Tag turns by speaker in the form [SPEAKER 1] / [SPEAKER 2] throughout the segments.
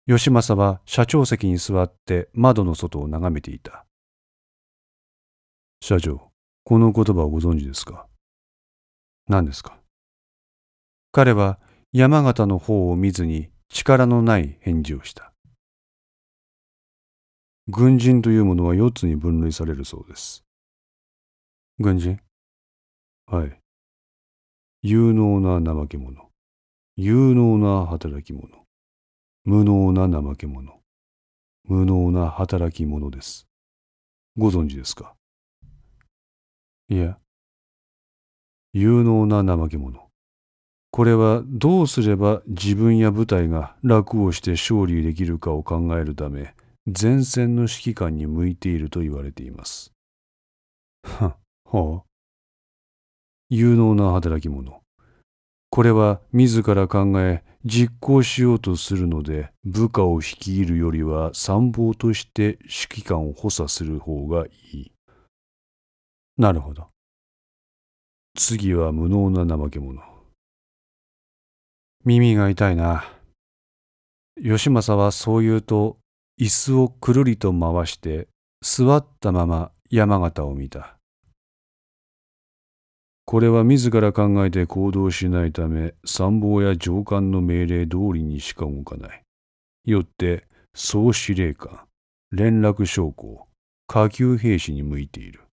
[SPEAKER 1] 義政は社長席に座って窓の外を眺めていた。社長、この言葉をご存知ですか？何ですか？彼は山形の方を見ずに力のない返事をした。軍人というものは4つに分類されるそうです。軍人？はい。有能な怠け者、有能な働き者、無能な怠け者、無能な働き者です。ご存知ですか？いや、有能な怠け者。これはどうすれば自分や部隊が楽をして勝利できるかを考えるため、前線の指揮官に向いていると言われています。はあ。有能な働き者。これは自ら考え実行しようとするので、部下を率いるよりは参謀として指揮官を補佐する方がいい。なるほど。次は無能な怠け者。耳が痛いな。義政はそう言うと、椅子をくるりと回して座ったまま山形を見た。これは自ら考えて行動しないため、参謀や上官の命令通りにしか動かない。よって総司令官、連絡将校、下級兵士に向いている。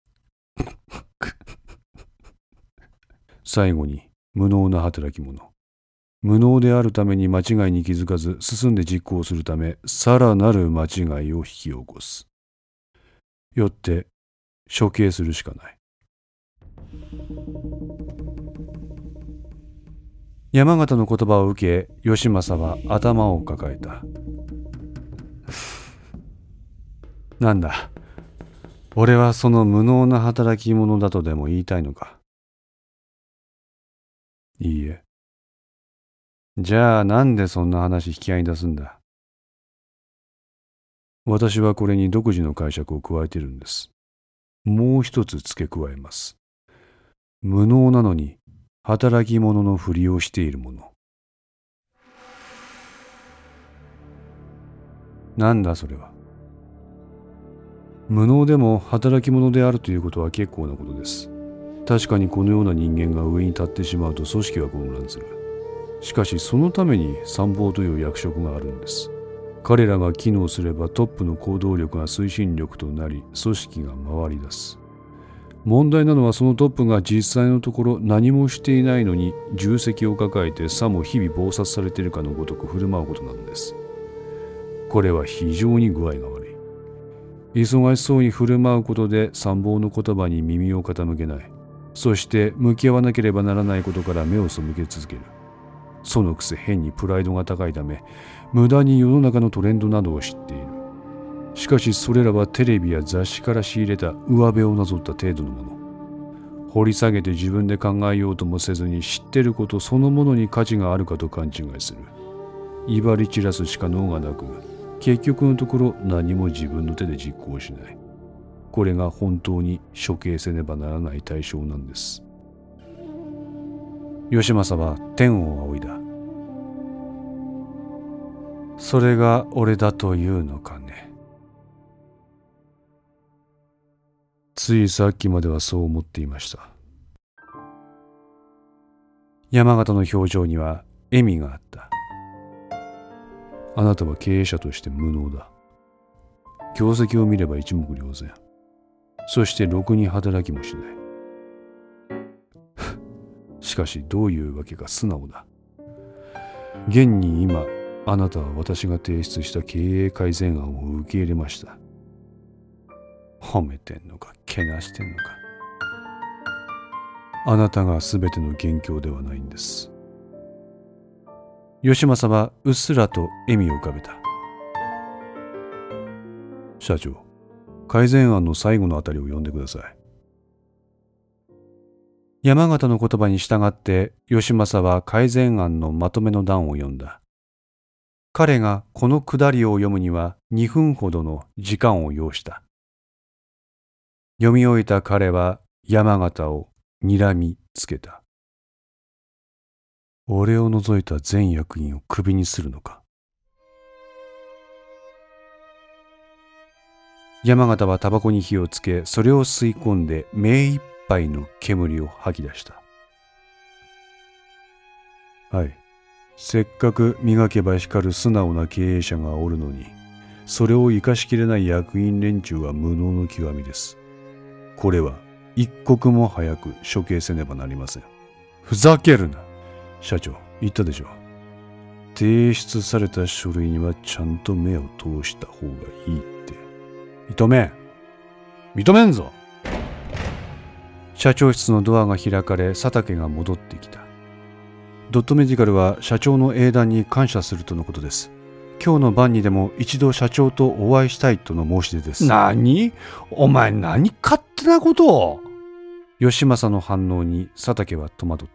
[SPEAKER 1] 最後に無能な働き者。無能であるために間違いに気づかず進んで実行するため、さらなる間違いを引き起こす。よって処刑するしかない。山形の言葉を受け、義政は頭を抱えた。なんだ、俺はその無能な働き者だとでも言いたいのか。いいえ。じゃあなんでそんな話引き合いに出すんだ。私はこれに独自の解釈を加えているんです。もう一つ付け加えます。無能なのに働き者のふりをしているもの。なんだそれは。無能でも働き者であるということは結構なことです。確かにこのような人間が上に立ってしまうと組織は混乱する。しかしそのために参謀という役職があるんです。彼らが機能すればトップの行動力が推進力となり、組織が回り出す。問題なのはそのトップが実際のところ何もしていないのに重責を抱えてさも日々忙殺されているかのごとく振る舞うことなのです。これは非常に具合が悪い。忙しそうに振る舞うことで参謀の言葉に耳を傾けない。そして向き合わなければならないことから目を背け続ける。そのくせ変にプライドが高いため、無駄に世の中のトレンドなどを知っている。しかしそれらはテレビや雑誌から仕入れた上辺をなぞった程度のもの。掘り下げて自分で考えようともせずに知っていることそのものに価値があるかと勘違いする。威張り散らすしか能がなく、結局のところ何も自分の手で実行しない。これが本当に処刑せねばならない対象なんです。義政は天を仰いだ。それが俺だというのかね。ついさっきまではそう思っていました。山形の表情には笑みがあった。あなたは経営者として無能だ。業績を見れば一目瞭然。そしてろくに働きもしない。しかしどういうわけか素直だ。現に今、あなたは私が提出した経営改善案を受け入れました。褒めてんのか、けなしてんのか。あなたが全ての元凶ではないんです。義政はうっすらと笑みを浮かべた。社長、改善案の最後のあたりを読んでください。山形の言葉に従って義政は改善案のまとめの段を読んだ。彼がこのくだりを読むには2分ほどの時間を要した。読み終えた彼は山形を睨みつけた。俺を除いた全役員をクビにするのか。 山形はタバコに火をつけ、それを吸い込んで目いっぱいの煙を吐き出した。はい。せっかく磨けば光る素直な経営者がおるのに、それを生かしきれない役員連中は無能の極みです。これは一刻も早く処刑せねばなりません。ふざけるな。社長、言ったでしょ。提出された書類にはちゃんと目を通した方がいいって。認めんぞ。社長室のドアが開かれ、佐竹が戻ってきた。ドットメディカルは社長の英断に感謝するとのことです。今日の晩にでも一度社長とお会いしたいとの申し出です。
[SPEAKER 2] 何？お前何勝手なことを。
[SPEAKER 1] 義政の反応に佐竹は戸惑った。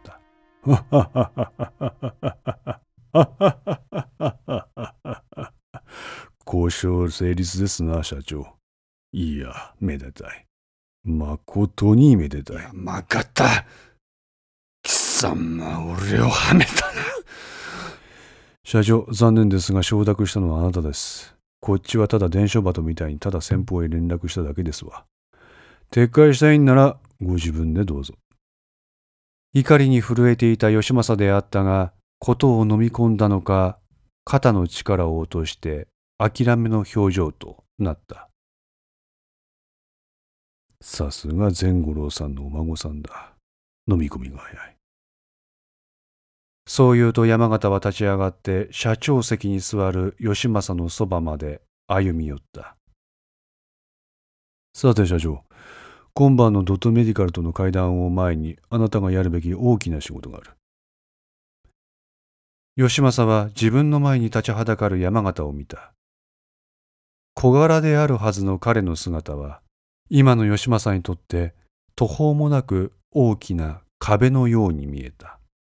[SPEAKER 1] 交渉成立ですな、社長。いや、めでたい。誠にめでたい。
[SPEAKER 2] 山形、貴様俺をはめたな。
[SPEAKER 1] 社長、残念ですが承諾したのはあなたです。こっちはただ伝書鳩みたいにただ先方へ連絡しただけですわ。撤回したいんならご自分でどうぞ。怒りに震えていた義政であったが、ことを飲み込んだのか、肩の力を落として諦めの表情となった。さすが善五郎さんのお孫さんだ。飲み込みが早い。そう言うと山形は立ち上がって社長席に座る義政のそばまで歩み寄った。さて社長、今晩のドットメディカルとの会談を前にあなたがやるべき大きな仕事がある。義政は自分の前に立ちはだかる山形を見た。小柄であるはずの彼の姿は今の義政にとって途方もなく大きな壁のように見えた。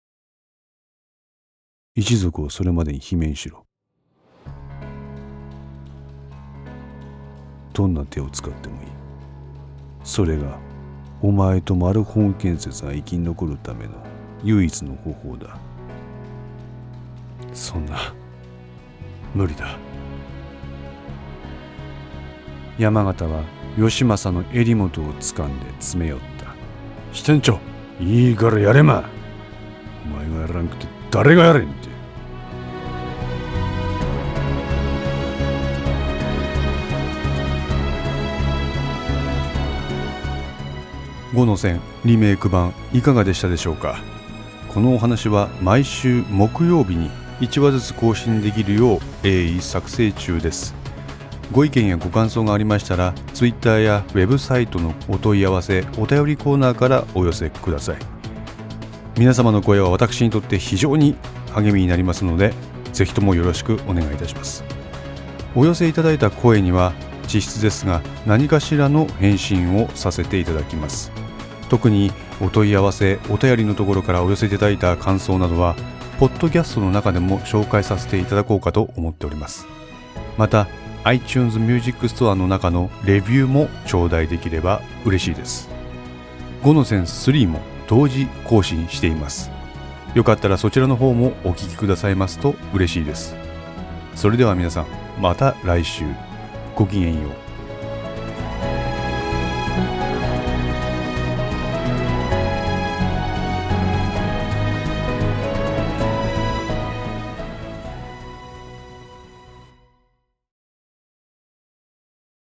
[SPEAKER 1] 一族をそれまでに罷免しろ。どんな手を使ってもいい。それがお前とマルホン建設が生き残るための唯一の方法だ。そんな無理だ。山形は義政の襟元を掴んで詰め寄った。支店長、いいからやれま。お前がやらんくて誰がやれんって。5の線リメイク版いかがでしたでしょうか。このお話は毎週木曜日に1話ずつ更新できるよう鋭意作成中です。ご意見やご感想がありましたら Twitter やウェブサイトのお問い合わせお便りコーナーからお寄せください。皆様の声は私にとって非常に励みになりますので、ぜひともよろしくお願いいたします。お寄せいただいた声には実質ですが何かしらの返信をさせていただきます。特にお問い合わせお便りのところからお寄せいただいた感想などはポッドキャストの中でも紹介させていただこうかと思っております。また iTunes Music Store の中のレビューも頂戴できれば嬉しいです。5の線3も同時更新しています。よかったらそちらの方もお聞きくださいますと嬉しいです。それでは皆さん、また来週。ごきげんよう。